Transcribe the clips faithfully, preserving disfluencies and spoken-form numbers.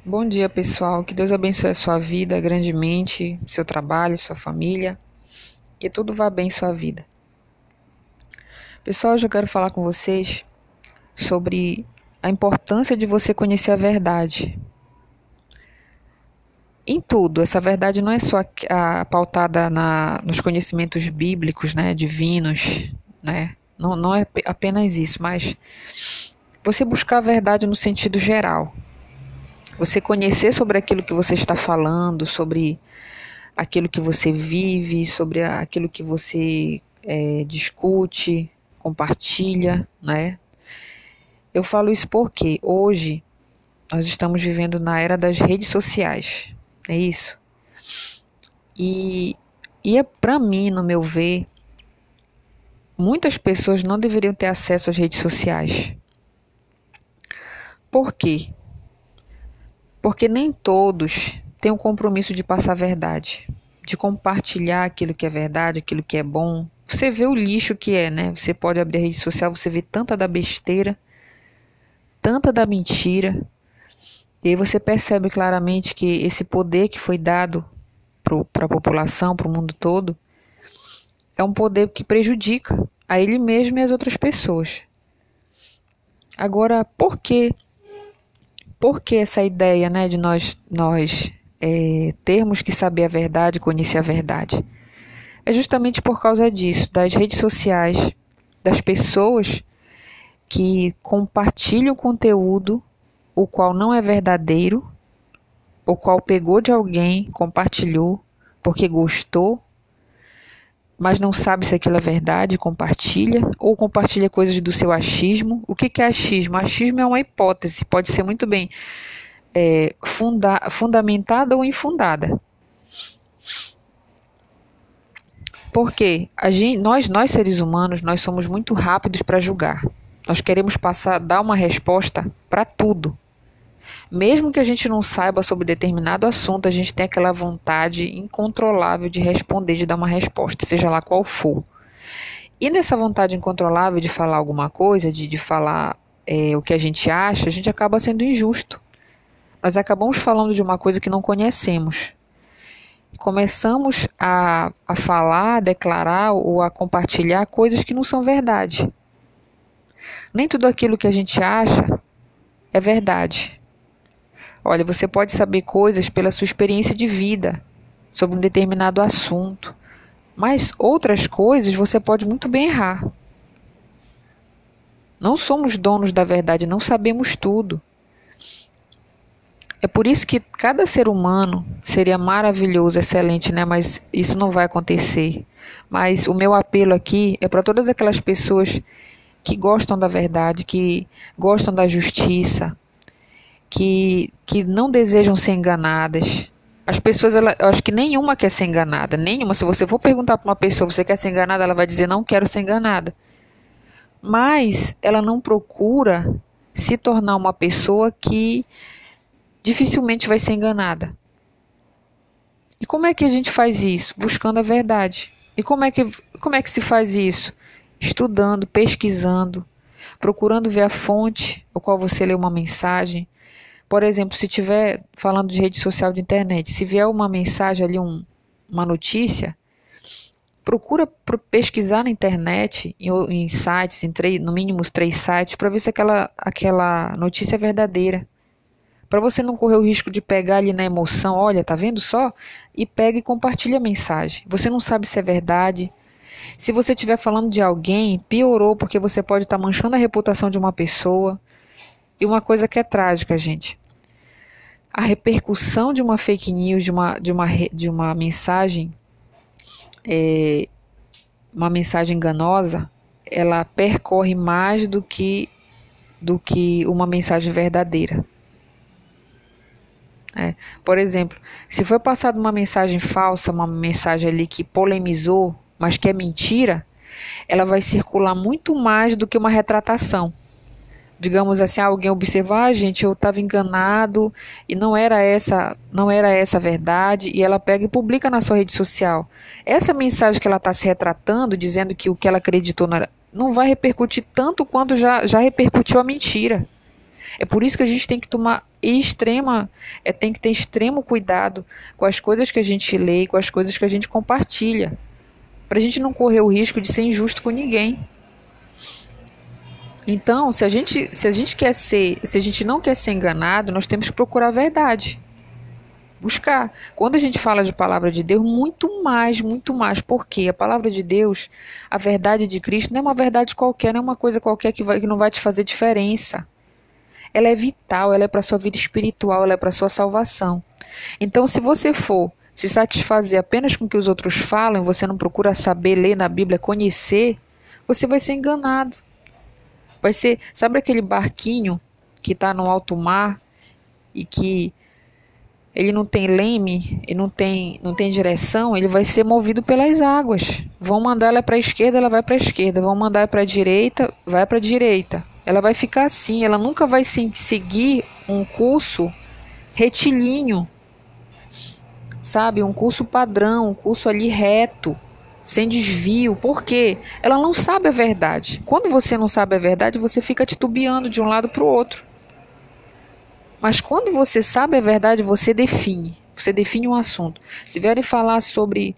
Bom dia, pessoal. Que Deus abençoe a sua vida grandemente, seu trabalho, sua família. Que tudo vá bem em sua vida. Pessoal, hoje eu quero falar com vocês sobre a importância de você conhecer a verdade. Em tudo, essa verdade não é só a, a pautada na, nos conhecimentos bíblicos, né, divinos, né? Não, não é apenas isso, mas você buscar a verdade no sentido geral. Você conhecer sobre aquilo que você está falando, sobre aquilo que você vive, sobre aquilo que você é, discute, compartilha, né? Eu falo isso porque hoje nós estamos vivendo na era das redes sociais, é isso? E, e é para mim, no meu ver, muitas pessoas não deveriam ter acesso às redes sociais. Por quê? Porque nem todos têm o compromisso de passar a verdade, de compartilhar aquilo que é verdade, aquilo que é bom. Você vê o lixo que é, né? Você pode abrir a rede social, você vê tanta da besteira, tanta da mentira, e aí você percebe claramente que esse poder que foi dado para a população, para o mundo todo, é um poder que prejudica a ele mesmo e as outras pessoas. Agora, por que, por que essa ideia, né, de nós, nós é, termos que saber a verdade, conhecer a verdade? É justamente por causa disso, das redes sociais, das pessoas que compartilham conteúdo o qual não é verdadeiro, o qual pegou de alguém, compartilhou porque gostou, mas não sabe se aquilo é verdade, compartilha, ou compartilha coisas do seu achismo. O que é achismo? Achismo é uma hipótese, pode ser muito bem é, funda fundamentada ou infundada. Porque a gente, nós, nós seres humanos, nós somos muito rápidos para julgar. Nós queremos passar, dar uma resposta para tudo. Mesmo que a gente não saiba sobre determinado assunto, a gente tem aquela vontade incontrolável de responder, de dar uma resposta, seja lá qual for. E nessa vontade incontrolável de falar alguma coisa, de, de falar é, o que a gente acha, a gente acaba sendo injusto. Nós acabamos falando de uma coisa que não conhecemos. Começamos a, a falar, a declarar ou a compartilhar coisas que não são verdade. Nem tudo aquilo que a gente acha é verdade. Olha, você pode saber coisas pela sua experiência de vida, sobre um determinado assunto, mas outras coisas você pode muito bem errar. Não somos donos da verdade, não sabemos tudo. É por isso que cada ser humano seria maravilhoso, excelente, né? Mas isso não vai acontecer. Mas o meu apelo aqui é para todas aquelas pessoas que gostam da verdade, que gostam da justiça, que, que não desejam ser enganadas. As pessoas, ela, eu acho que nenhuma quer ser enganada, nenhuma. Se você for perguntar para uma pessoa, você quer ser enganada, ela vai dizer, não quero ser enganada. Mas ela não procura se tornar uma pessoa que dificilmente vai ser enganada. E como é que a gente faz isso? Buscando a verdade. E como é que, como é que se faz isso? Estudando, pesquisando, procurando ver a fonte ao qual você lê uma mensagem. Por exemplo, se estiver falando de rede social, de internet, se vier uma mensagem ali, um, uma notícia, procura pesquisar na internet, em, em sites, em três, no mínimo os três sites, para ver se aquela, aquela notícia é verdadeira. Para você não correr o risco de pegar ali na emoção, olha, tá vendo só? E pega e compartilha a mensagem. Você não sabe se é verdade. Se você estiver falando de alguém, piorou, porque você pode estar manchando a reputação de uma pessoa. E uma coisa que é trágica, gente. A repercussão de uma fake news, de uma, de uma, de uma mensagem, é, uma mensagem enganosa, ela percorre mais do que, do que uma mensagem verdadeira. É. Por exemplo, se foi passada uma mensagem falsa, uma mensagem ali que polemizou, mas que é mentira, ela vai circular muito mais do que uma retratação. Digamos assim, alguém observar, ah, gente, eu estava enganado e não era essa, não era essa a verdade, e ela pega e publica na sua rede social. Essa mensagem que ela está se retratando, dizendo que o que ela acreditou não, era, não vai repercutir tanto quanto já, já repercutiu a mentira. É por isso que a gente tem que tomar extrema, é, tem que ter extremo cuidado com as coisas que a gente lê, com as coisas que a gente compartilha, para a gente não correr o risco de ser injusto com ninguém. Então, se a gente, se a gente quer ser, se a gente não quer ser enganado, nós temos que procurar a verdade. Buscar. Quando a gente fala de palavra de Deus, muito mais, muito mais. Porque a palavra de Deus, a verdade de Cristo, não é uma verdade qualquer, não é uma coisa qualquer que, vai, que não vai te fazer diferença. Ela é vital, ela é para a sua vida espiritual, ela é para a sua salvação. Então, se você for se satisfazer apenas com o que os outros falam, você não procura saber, ler na Bíblia, conhecer, você vai ser enganado. Vai ser, sabe aquele barquinho que está no alto mar e que ele não tem leme, e não tem, não tem direção, ele vai ser movido pelas águas. Vão mandar ela para a esquerda, ela vai para a esquerda. Vão mandar para a direita, vai para a direita. Ela vai ficar assim, ela nunca vai seguir um curso retilíneo, sabe? Um curso padrão, um curso ali reto, sem desvio. Por quê? Ela não sabe a verdade. Quando você não sabe a verdade, você fica titubeando de um lado para o outro. Mas quando você sabe a verdade, você define. Você define um assunto. Se vierem falar sobre,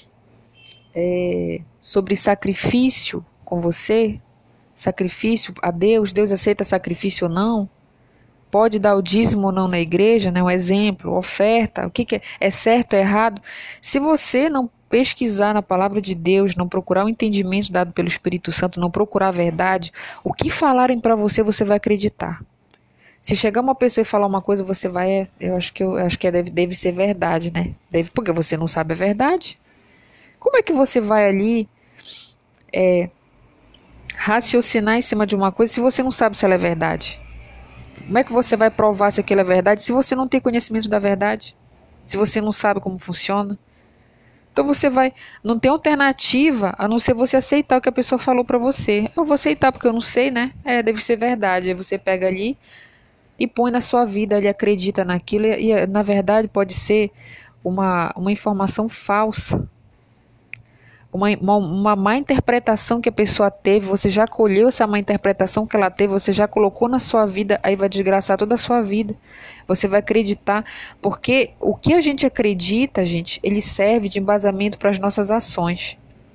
é, sobre sacrifício com você, sacrifício a Deus, Deus aceita sacrifício ou não, pode dar o dízimo ou não na igreja, né? Um exemplo, oferta, o que, que é, é certo, é errado. Se você não pesquisar na palavra de Deus, não procurar o entendimento dado pelo Espírito Santo, não procurar a verdade, o que falarem para você, você vai acreditar. Se chegar uma pessoa e falar uma coisa, você vai, eu acho que, eu, eu acho que deve, deve ser verdade, né? Deve, porque você não sabe a verdade. Como é que você vai ali é, raciocinar em cima de uma coisa se você não sabe se ela é verdade? Como é que você vai provar se aquilo é verdade se você não tem conhecimento da verdade? Se você não sabe como funciona? Então você vai, não tem alternativa a não ser você aceitar o que a pessoa falou para você. Eu vou aceitar porque eu não sei, né? É, deve ser verdade. Aí você pega ali e põe na sua vida, ele acredita naquilo e, e na verdade pode ser uma, uma informação falsa. Uma, uma, uma má interpretação que a pessoa teve, você já colheu essa má interpretação que ela teve, você já colocou na sua vida, aí vai desgraçar toda a sua vida. Você vai acreditar, porque o que a gente acredita, gente, ele serve de embasamento para as nossas ações.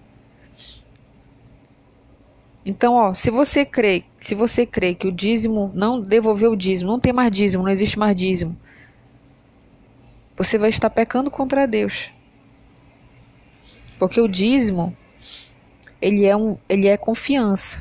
Então, ó, se você crê, se você crê que o dízimo, não devolveu o dízimo, não tem mais dízimo, não existe mais dízimo, você vai estar pecando contra Deus. Porque o dízimo, ele é, um, ele é confiança.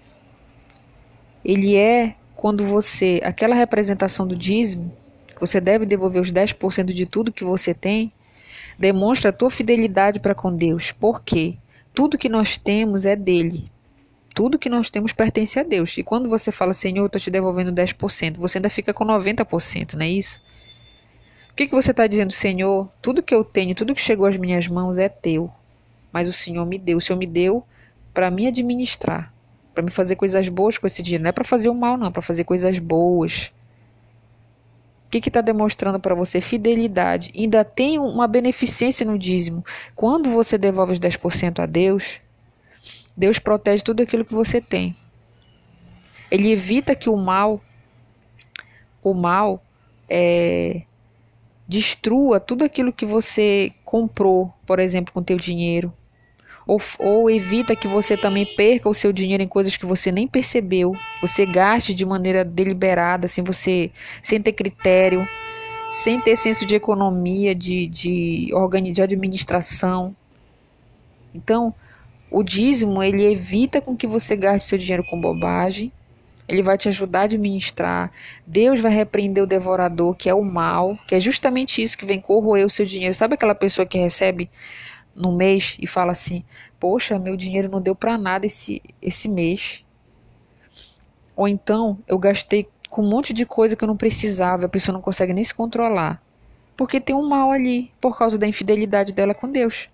Ele é quando você, aquela representação do dízimo, que você deve devolver os dez por cento de tudo que você tem, demonstra a tua fidelidade para com Deus. Por quê? Tudo que nós temos é dele. Tudo que nós temos pertence a Deus. E quando você fala, Senhor, eu estou te devolvendo dez por cento, você ainda fica com noventa por cento, não é isso? O que, que você está dizendo, Senhor? Tudo que eu tenho, tudo que chegou às minhas mãos é teu. Mas o Senhor me deu. O Senhor me deu para me administrar, para me fazer coisas boas com esse dinheiro. Não é para fazer o mal, não, é para fazer coisas boas. O que está demonstrando para você? Fidelidade. Ainda tem uma beneficência no dízimo. Quando você devolve os dez por cento a Deus, Deus protege tudo aquilo que você tem. Ele evita que o mal, o mal é, destrua tudo aquilo que você comprou, por exemplo, com teu dinheiro. Ou, ou evita que você também perca o seu dinheiro em coisas que você nem percebeu. Você gaste de maneira deliberada, sem, você, sem ter critério, sem ter senso de economia, de, de, de administração. Então, o dízimo, ele evita com que você gaste seu dinheiro com bobagem. Ele vai te ajudar a administrar. Deus vai repreender o devorador, que é o mal, que é justamente isso que vem corroer o seu dinheiro. Sabe aquela pessoa que recebe no mês e fala assim, poxa, meu dinheiro não deu para nada esse, esse mês. Ou então, eu gastei com um monte de coisa que eu não precisava, a pessoa não consegue nem se controlar. Porque tem um mal ali, por causa da infidelidade dela com Deus.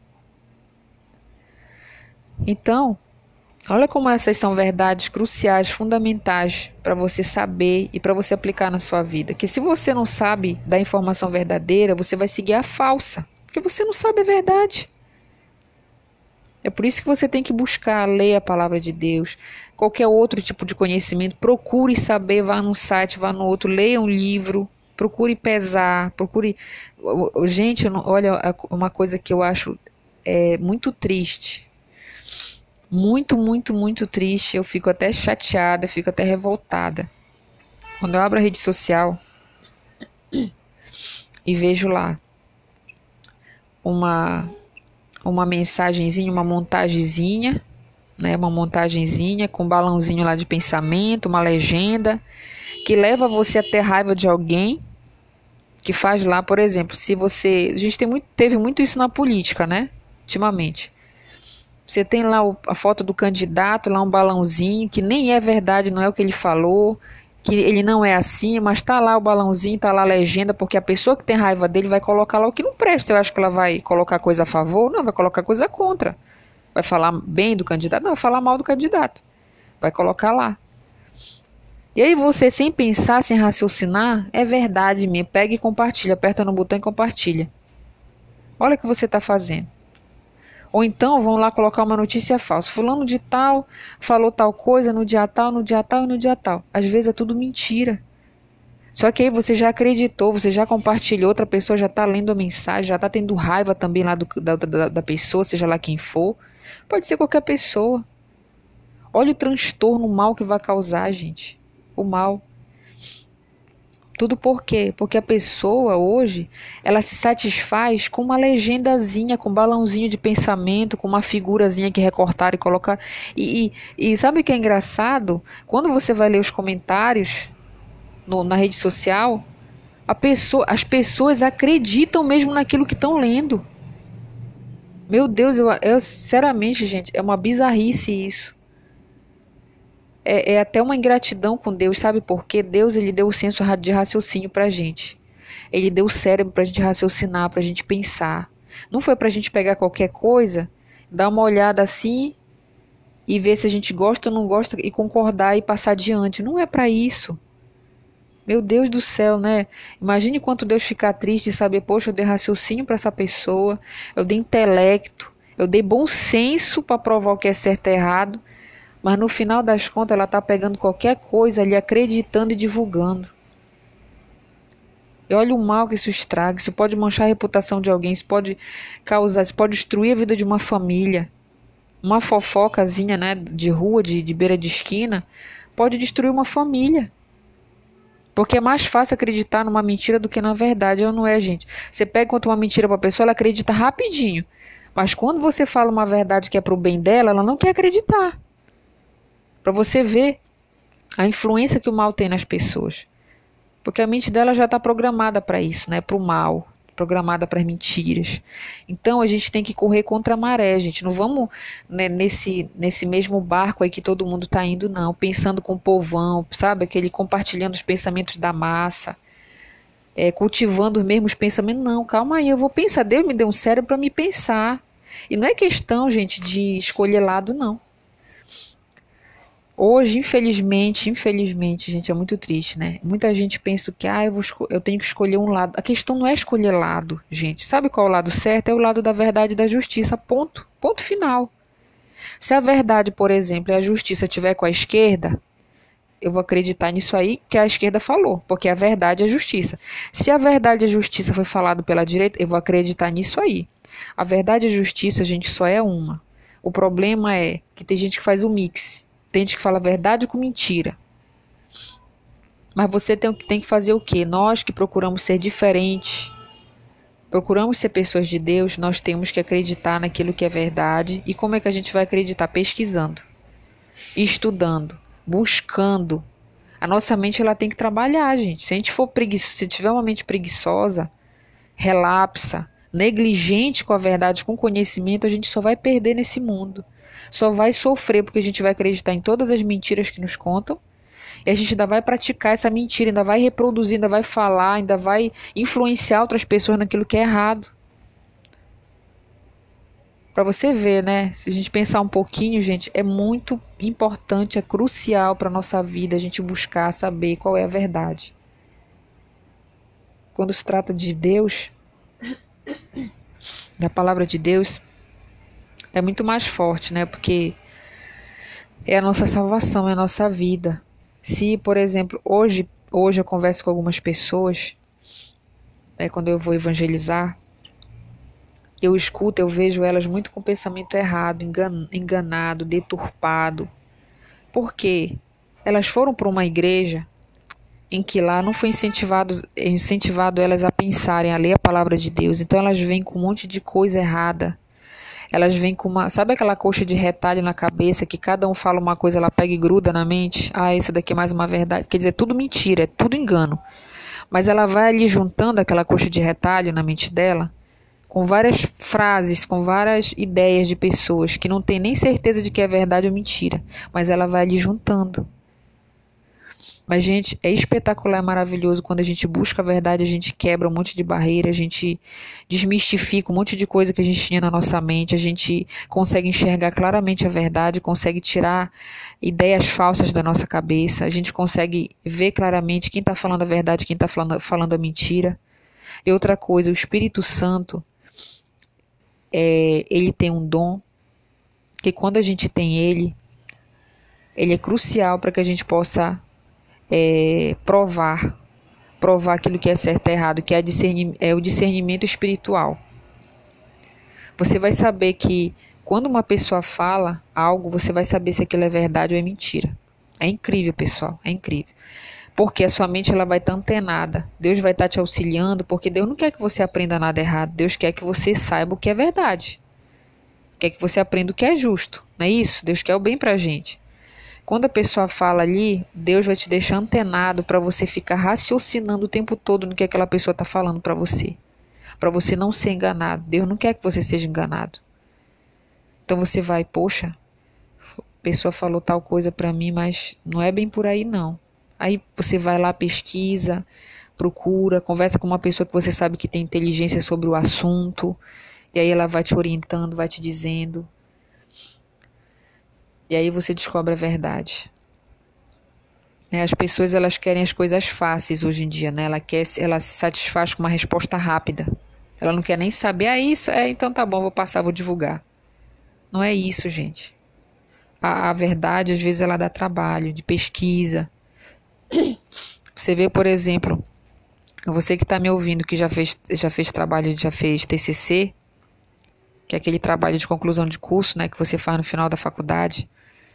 Então, olha como essas são verdades cruciais, fundamentais para você saber e para você aplicar na sua vida. Que se você não sabe da informação verdadeira, você vai seguir a falsa. Porque você não sabe a verdade. É por isso que você tem que buscar ler a palavra de Deus, qualquer outro tipo de conhecimento, procure saber, vá num site, vá no outro, leia um livro, procure pesar, procure... Gente, olha, uma coisa que eu acho é, muito triste, muito, muito, muito triste, eu fico até chateada, fico até revoltada. Quando eu abro a rede social e vejo lá uma... uma mensagenzinha, uma montagenzinha, né, uma montagenzinha com um balãozinho lá de pensamento, uma legenda, que leva você a ter raiva de alguém, que faz lá, por exemplo, se você... A gente tem muito, teve muito isso na política, né, ultimamente. Você tem lá o, a foto do candidato, lá um balãozinho, que nem é verdade, não é o que ele falou, que ele não é assim, mas tá lá o balãozinho, tá lá a legenda, porque a pessoa que tem raiva dele vai colocar lá o que não presta. Eu acho que ela vai colocar coisa a favor, não, vai colocar coisa contra. Vai falar bem do candidato, não, vai falar mal do candidato. Vai colocar lá. E aí você, sem pensar, sem raciocinar, é verdade mesmo, pega e compartilha, aperta no botão e compartilha. Olha o que você está fazendo. Ou então vão lá colocar uma notícia falsa. Fulano de tal falou tal coisa no dia tal, no dia tal e no dia tal. Às vezes é tudo mentira. Só que aí você já acreditou, você já compartilhou, outra pessoa já está lendo a mensagem, já está tendo raiva também lá do, da, da, da pessoa, seja lá quem for. Pode ser qualquer pessoa. Olha o transtorno, o mal que vai causar, gente. O mal. Tudo por quê? Porque a pessoa hoje, ela se satisfaz com uma legendazinha, com um balãozinho de pensamento, com uma figurazinha que recortaram e colocaram. E, e, e sabe o que é engraçado? Quando você vai ler os comentários no, na rede social, a pessoa, as pessoas acreditam mesmo naquilo que estão lendo. Meu Deus, eu, eu sinceramente, gente, é uma bizarrice isso. É, é até uma ingratidão com Deus, sabe por quê? Deus, ele deu o senso de raciocínio pra gente. Ele deu o cérebro pra gente raciocinar, pra gente pensar. Não foi pra gente pegar qualquer coisa, dar uma olhada assim e ver se a gente gosta ou não gosta e concordar e passar adiante. Não é pra isso. Meu Deus do céu, né? Imagine quanto Deus ficar triste de saber, poxa, eu dei raciocínio pra essa pessoa, eu dei intelecto, eu dei bom senso pra provar o que é certo e errado. Mas no final das contas ela está pegando qualquer coisa ali, acreditando e divulgando. E olha o mal que isso estraga. Isso pode manchar a reputação de alguém, isso pode causar, isso pode destruir a vida de uma família. Uma fofocazinha, né, de rua, de, de beira de esquina, pode destruir uma família. Porque é mais fácil acreditar numa mentira do que na verdade, ou não é, gente? Você pega contra uma mentira para a pessoa, ela acredita rapidinho. Mas quando você fala uma verdade que é para o bem dela, ela não quer acreditar. Para você ver a influência que o mal tem nas pessoas. Porque a mente dela já está programada para isso, né? Para o mal, programada para as mentiras. Então a gente tem que correr contra a maré, gente. Não vamos, né, nesse, nesse mesmo barco aí que todo mundo está indo, não. Pensando com o povão, sabe? Aquele compartilhando os pensamentos da massa. É, cultivando os mesmos pensamentos. Não, calma aí, eu vou pensar. Deus me deu um cérebro para me pensar. E não é questão, gente, de escolher lado, não. Hoje, infelizmente, infelizmente, gente, é muito triste, né? Muita gente pensa que ah, eu, vou eu tenho que escolher um lado. A questão não é escolher lado, gente. Sabe qual é o lado certo? É o lado da verdade e da justiça, ponto. Ponto final. Se a verdade, por exemplo, e a justiça estiver com a esquerda, eu vou acreditar nisso aí que a esquerda falou, porque a verdade é a justiça. Se a verdade e a justiça foi falado pela direita, eu vou acreditar nisso aí. A verdade e a justiça, gente, só é uma. O problema é que tem gente que faz o mix. Tem gente que fala verdade com mentira. Mas você tem, tem que fazer o quê? Nós que procuramos ser diferentes, procuramos ser pessoas de Deus, nós temos que acreditar naquilo que é verdade. E como é que a gente vai acreditar? Pesquisando, estudando, buscando. A nossa mente ela tem que trabalhar, gente. Se a gente for preguiçoso, se tiver uma mente preguiçosa, relapsa, negligente com a verdade, com o conhecimento, a gente só vai perder nesse mundo. Só vai sofrer porque a gente vai acreditar em todas as mentiras que nos contam e a gente ainda vai praticar essa mentira, ainda vai reproduzir, ainda vai falar, ainda vai influenciar outras pessoas naquilo que é errado. Para você ver, né? Se a gente pensar um pouquinho, gente, é muito importante, é crucial para a nossa vida a gente buscar saber qual é a verdade. Quando se trata de Deus, da palavra de Deus, é muito mais forte, né? Porque é a nossa salvação, é a nossa vida. Se, por exemplo, hoje, hoje eu converso com algumas pessoas, né, quando eu vou evangelizar, eu escuto, eu vejo elas muito com pensamento errado, engan, enganado, deturpado. Por quê? Elas foram para uma igreja em que lá não foi incentivado, incentivado elas a pensarem, a ler a palavra de Deus. Então elas vêm com um monte de coisa errada. Elas vêm com uma... Sabe aquela coxa de retalho na cabeça, que cada um fala uma coisa, ela pega e gruda na mente? Ah, isso daqui é mais uma verdade. Quer dizer, é tudo mentira, é tudo engano. Mas ela vai ali juntando aquela coxa de retalho na mente dela, com várias frases, com várias ideias de pessoas que não tem nem certeza de que é verdade ou mentira. Mas ela vai ali juntando. Mas, gente, é espetacular, é maravilhoso. Quando a gente busca a verdade, a gente quebra um monte de barreira, a gente desmistifica um monte de coisa que a gente tinha na nossa mente, a gente consegue enxergar claramente a verdade, consegue tirar ideias falsas da nossa cabeça, a gente consegue ver claramente quem está falando a verdade, quem está falando, falando a mentira. E outra coisa, o Espírito Santo, é, ele tem um dom, que quando a gente tem ele, ele é crucial para que a gente possa É, provar, provar aquilo que é certo e errado, que é, discerni- é o discernimento espiritual. Você vai saber que quando uma pessoa fala algo, você vai saber se aquilo é verdade ou é mentira. É incrível, pessoal, é incrível. Porque a sua mente ela vai estar antenada. Deus vai estar te auxiliando, porque Deus não quer que você aprenda nada errado. Deus quer que você saiba o que é verdade. Quer que você aprenda o que é justo. Não é isso? Deus quer o bem pra gente. Quando a pessoa fala ali, Deus vai te deixar antenado para você ficar raciocinando o tempo todo no que aquela pessoa está falando para você. Para você não ser enganado. Deus não quer que você seja enganado. Então você vai, poxa, a pessoa falou tal coisa para mim, mas não é bem por aí não. Aí você vai lá, pesquisa, procura, conversa com uma pessoa que você sabe que tem inteligência sobre o assunto. E aí ela vai te orientando, vai te dizendo. E aí você descobre a verdade. As pessoas elas querem as coisas fáceis hoje em dia, né? Ela, quer, ela se satisfaz com uma resposta rápida. Ela não quer nem saber, ah, isso, é, então tá bom, vou passar, vou divulgar. Não é isso, gente. A, a verdade, às vezes, ela dá trabalho, de pesquisa. Você vê, por exemplo, você que está me ouvindo, que já fez, já fez trabalho, já fez T C C, que é aquele trabalho de conclusão de curso, né, que você faz no final da faculdade.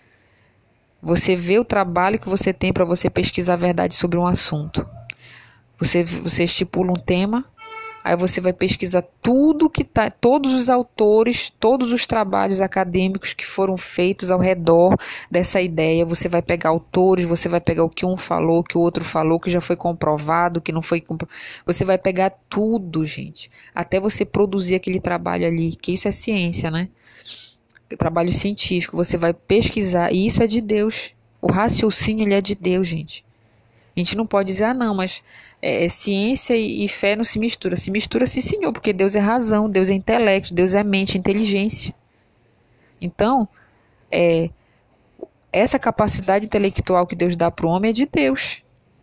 Você vê o trabalho que você tem para você pesquisar a verdade sobre um assunto. Você, você estipula um tema, aí você vai pesquisar tudo que tá, todos os autores, todos os trabalhos acadêmicos que foram feitos ao redor dessa ideia. Você vai pegar autores, você vai pegar o que um falou, o que o outro falou, que já foi comprovado, que não foi comprovado. Você vai pegar tudo, gente, até você produzir aquele trabalho ali, que isso é ciência, né? Trabalho científico, você vai pesquisar, e isso é de Deus. O raciocínio ele é de Deus, gente. A gente não pode dizer, ah não, mas é, ciência e, e fé não se mistura. Se mistura sim, senhor, porque Deus é razão, Deus é intelecto, Deus é mente, inteligência. Então, é, essa capacidade intelectual que Deus dá para o homem é de Deus.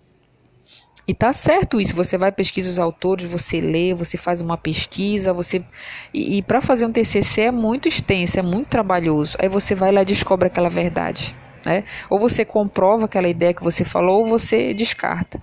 E tá certo isso, você vai pesquisar os autores, você lê, você faz uma pesquisa, você e, e para fazer um T C C é muito extenso, é muito trabalhoso. Aí você vai lá e descobre aquela verdade, né? Ou você comprova aquela ideia que você falou, ou você descarta.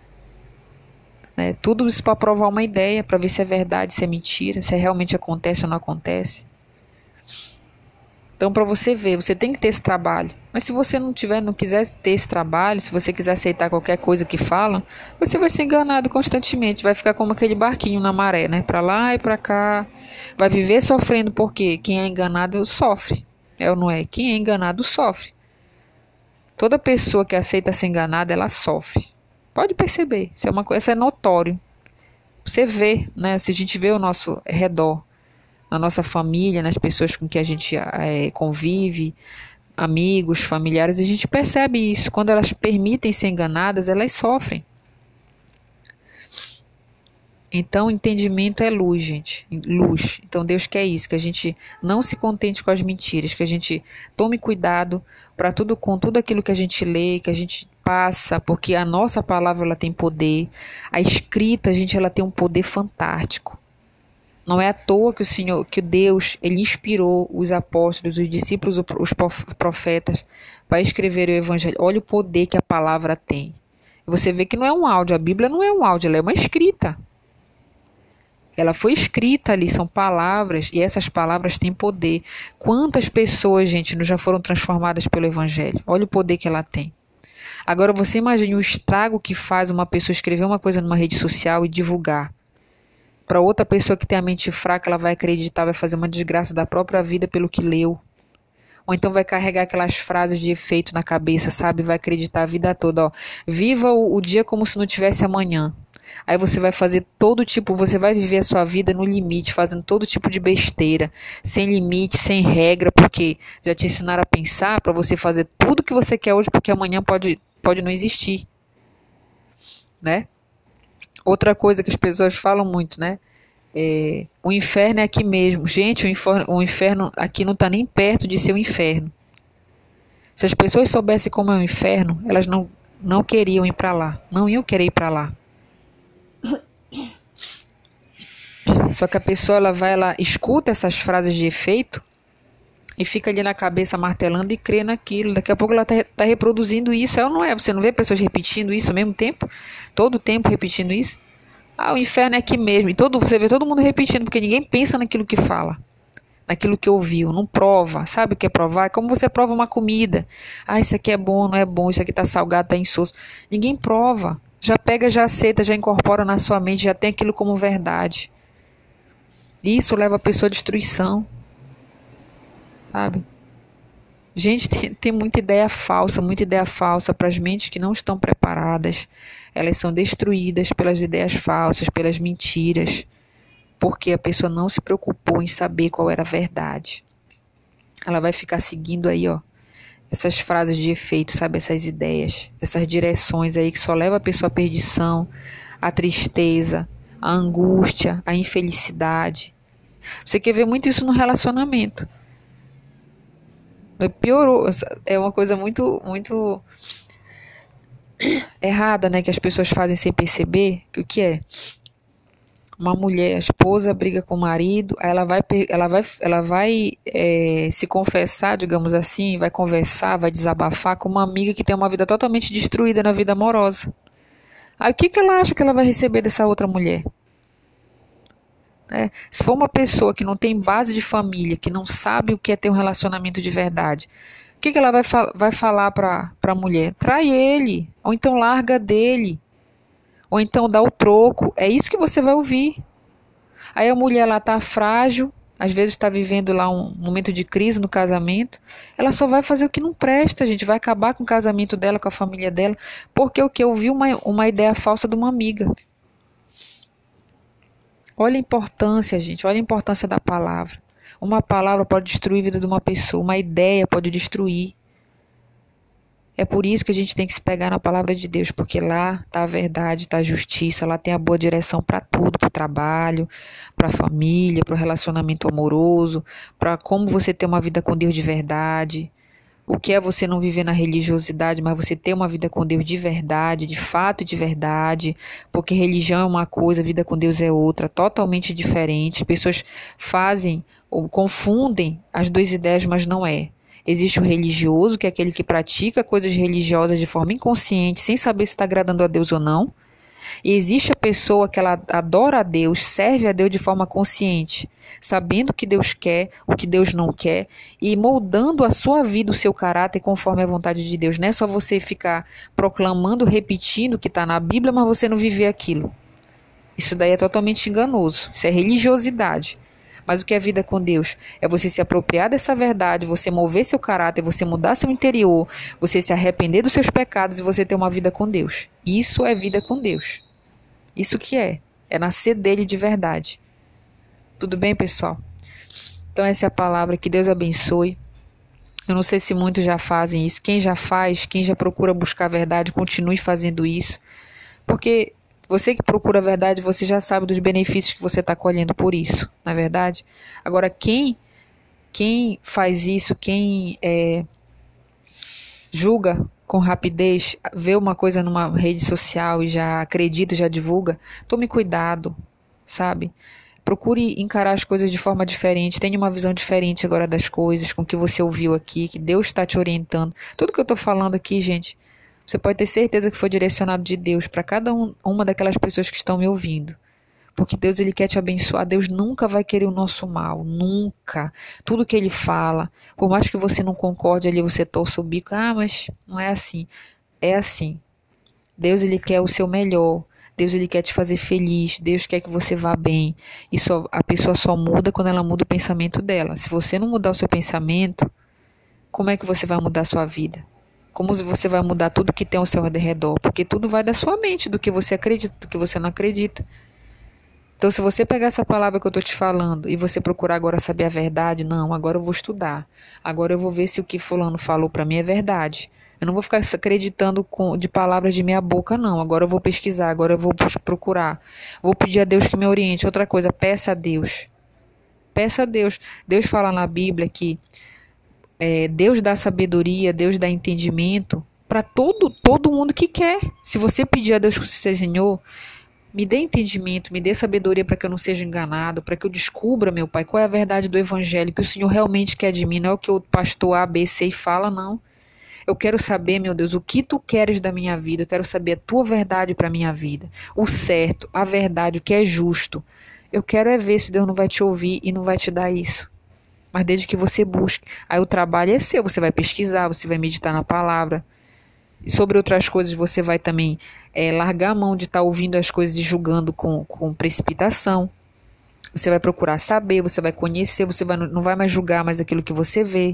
Né? Tudo isso para provar uma ideia, para ver se é verdade, se é mentira, se realmente acontece ou não acontece. Então, para você ver, você tem que ter esse trabalho. Mas se você não tiver, não quiser ter esse trabalho, se você quiser aceitar qualquer coisa que falam, você vai ser enganado constantemente. Vai ficar como aquele barquinho na maré, né? Para lá e para cá. Vai viver sofrendo, porque quem é enganado sofre. É ou não é? Quem é enganado sofre. Toda pessoa que aceita ser enganada, ela sofre. Pode perceber. Isso é uma coisa, isso é notório. Você vê, né? Se a gente vê ao nosso redor, na nossa família, nas pessoas com que a gente é, convive, amigos, familiares, a gente percebe isso. Quando elas permitem ser enganadas, elas sofrem. Então, entendimento é luz, gente. Luz. Então, Deus quer isso, que a gente não se contente com as mentiras, que a gente tome cuidado para tudo, com tudo aquilo que a gente lê, que a gente passa, porque a nossa palavra ela tem poder. A escrita, gente, ela tem um poder fantástico. Não é à toa que o Senhor, que Deus, ele inspirou os apóstolos, os discípulos, os profetas para escrever o evangelho. Olha o poder que a palavra tem. Você vê que não é um áudio, a Bíblia não é um áudio, ela é uma escrita. Ela foi escrita ali, são palavras, e essas palavras têm poder. Quantas pessoas, gente, já foram transformadas pelo evangelho? Olha o poder que ela tem. Agora você imagine o estrago que faz uma pessoa escrever uma coisa numa rede social e divulgar. Para outra pessoa que tem a mente fraca, ela vai acreditar, vai fazer uma desgraça da própria vida pelo que leu. Ou então vai carregar aquelas frases de efeito na cabeça, sabe? Vai acreditar a vida toda, ó. Viva o, o dia como se não tivesse amanhã. Aí você vai fazer todo tipo, você vai viver a sua vida no limite, fazendo todo tipo de besteira, sem limite, sem regra, porque já te ensinaram a pensar para você fazer tudo o que você quer hoje, porque amanhã pode, pode não existir, né? Outra coisa que as pessoas falam muito, né? É, o inferno é aqui mesmo. Gente, o inferno, o inferno aqui não está nem perto de ser o inferno. Se as pessoas soubessem como é o inferno, elas não, não queriam ir para lá. Não iam querer ir para lá. Só que a pessoa, ela vai, ela escuta essas frases de efeito e fica ali na cabeça martelando e crê naquilo. Daqui a pouco ela está tá reproduzindo isso. Ela não é. Você não vê pessoas repetindo isso ao mesmo tempo? Todo tempo repetindo isso? Ah, o inferno é aqui mesmo. E todo, você vê todo mundo repetindo, porque ninguém pensa naquilo que fala, naquilo que ouviu, não prova. Sabe o que é provar? É como você prova uma comida. Ah, isso aqui é bom, não é bom, isso aqui está salgado, está insosso. Ninguém prova. Já pega, já aceita, já incorpora na sua mente, já tem aquilo como verdade. Isso leva a pessoa à destruição. Sabe? Gente, tem, tem muita ideia falsa, muita ideia falsa para as mentes que não estão preparadas. Elas são destruídas pelas ideias falsas, pelas mentiras, porque a pessoa não se preocupou em saber qual era a verdade. Ela vai ficar seguindo aí, ó, essas frases de efeito, sabe, essas ideias, essas direções aí que só levam a pessoa à perdição, à tristeza, à angústia, à infelicidade. Você quer ver muito isso no relacionamento. Piorou, é uma coisa muito, muito errada, né, que as pessoas fazem sem perceber. Que o que é? Uma mulher, a esposa briga com o marido, aí ela vai, ela vai, ela vai é, se confessar, digamos assim, vai conversar, vai desabafar com uma amiga que tem uma vida totalmente destruída na vida amorosa. Aí o que, que ela acha que ela vai receber dessa outra mulher? É, se for uma pessoa que não tem base de família, que não sabe o que é ter um relacionamento de verdade, o que, que ela vai, fa vai falar para a mulher? Trai ele, ou então larga dele, ou então dá o troco. É isso que você vai ouvir. Aí a mulher lá está frágil, às vezes está vivendo lá um momento de crise no casamento, ela só vai fazer o que não presta, gente, vai acabar com o casamento dela, com a família dela, porque o que ouviu uma, uma ideia falsa de uma amiga. Olha a importância, gente, olha a importância da palavra. Uma palavra pode destruir a vida de uma pessoa, uma ideia pode destruir. É por isso que a gente tem que se pegar na palavra de Deus, porque lá está a verdade, está a justiça, lá tem a boa direção para tudo, para o trabalho, para a família, para o relacionamento amoroso, para como você ter uma vida com Deus de verdade. O que é você não viver na religiosidade, mas você ter uma vida com Deus de verdade, de fato e de verdade, porque religião é uma coisa, vida com Deus é outra, totalmente diferente. As pessoas fazem ou confundem as duas ideias, mas não é. Existe o religioso, que é aquele que pratica coisas religiosas de forma inconsciente, sem saber se está agradando a Deus ou não. E existe a pessoa que ela adora a Deus, serve a Deus de forma consciente, sabendo o que Deus quer, o que Deus não quer, e moldando a sua vida, o seu caráter conforme a vontade de Deus. Não é só você ficar proclamando, repetindo o que está na Bíblia, mas você não viver aquilo. Isso daí é totalmente enganoso, isso é religiosidade. Mas o que é vida com Deus? É você se apropriar dessa verdade, você mover seu caráter, você mudar seu interior, você se arrepender dos seus pecados e você ter uma vida com Deus. Isso é vida com Deus. Isso que é. É nascer dele de verdade. Tudo bem, pessoal? Então essa é a palavra. Que Deus abençoe. Eu não sei se muitos já fazem isso. Quem já faz, quem já procura buscar a verdade, continue fazendo isso. Porque você que procura a verdade, você já sabe dos benefícios que você está colhendo por isso, não é verdade? Agora, quem, quem faz isso, quem é, julga com rapidez, vê uma coisa numa rede social e já acredita, já divulga, tome cuidado, sabe? Procure encarar as coisas de forma diferente, tenha uma visão diferente agora das coisas, com o que você ouviu aqui, que Deus está te orientando. Tudo que eu estou falando aqui, gente, você pode ter certeza que foi direcionado de Deus para cada um, uma daquelas pessoas que estão me ouvindo. Porque Deus, ele quer te abençoar. Deus nunca vai querer o nosso mal, nunca. Tudo que ele fala, por mais que você não concorde ali, você torça o bico, ah, mas não é assim. É assim. Deus, ele quer o seu melhor. Deus, ele quer te fazer feliz. Deus quer que você vá bem. E só, a pessoa só muda quando ela muda o pensamento dela. Se você não mudar o seu pensamento, como é que você vai mudar a sua vida? Como você vai mudar tudo que tem ao seu redor? Porque tudo vai da sua mente, do que você acredita, do que você não acredita. Então, se você pegar essa palavra que eu estou te falando e você procurar agora saber a verdade, não, agora eu vou estudar. Agora eu vou ver se o que fulano falou para mim é verdade. Eu não vou ficar acreditando com, de palavras de minha boca, não. Agora eu vou pesquisar, agora eu vou procurar. Vou pedir a Deus que me oriente. Outra coisa, peça a Deus. Peça a Deus. Deus fala na Bíblia que é, Deus dá sabedoria, Deus dá entendimento para todo, todo mundo que quer. Se você pedir a Deus que você Senhor, me dê entendimento, me dê sabedoria para que eu não seja enganado, para que eu descubra, meu Pai, qual é a verdade do Evangelho, que o Senhor realmente quer de mim. Não é o que o pastor A, B, C fala, não. Eu quero saber, meu Deus, o que tu queres da minha vida. Eu quero saber a tua verdade para a minha vida. O certo, a verdade, o que é justo. Eu quero é ver se Deus não vai te ouvir e não vai te dar isso. Mas desde que você busque. Aí o trabalho é seu, você vai pesquisar, você vai meditar na palavra. E sobre outras coisas você vai também é, largar a mão de estar tá ouvindo as coisas e julgando com, com precipitação. Você vai procurar saber, você vai conhecer, você vai, não vai mais julgar mais aquilo que você vê.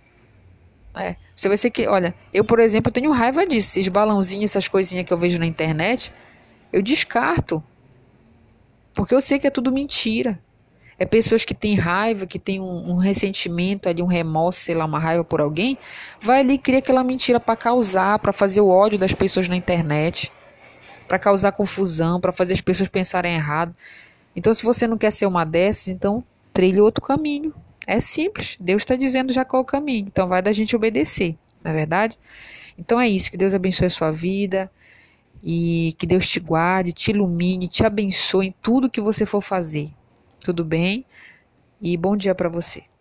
É, você vai ser que, olha, eu, por exemplo, tenho raiva disso. Esses balãozinhos, essas coisinhas que eu vejo na internet, eu descarto. Porque eu sei que é tudo mentira. É pessoas que têm raiva, que têm um, um ressentimento ali, um remorso, sei lá, uma raiva por alguém, vai ali e cria aquela mentira para causar, para fazer o ódio das pessoas na internet, para causar confusão, para fazer as pessoas pensarem errado. Então, se você não quer ser uma dessas, então trilhe outro caminho. É simples, Deus está dizendo já qual é o caminho, então vai da gente obedecer, não é verdade? Então é isso, que Deus abençoe a sua vida e que Deus te guarde, te ilumine, te abençoe em tudo que você for fazer, tudo bem? E bom dia para você.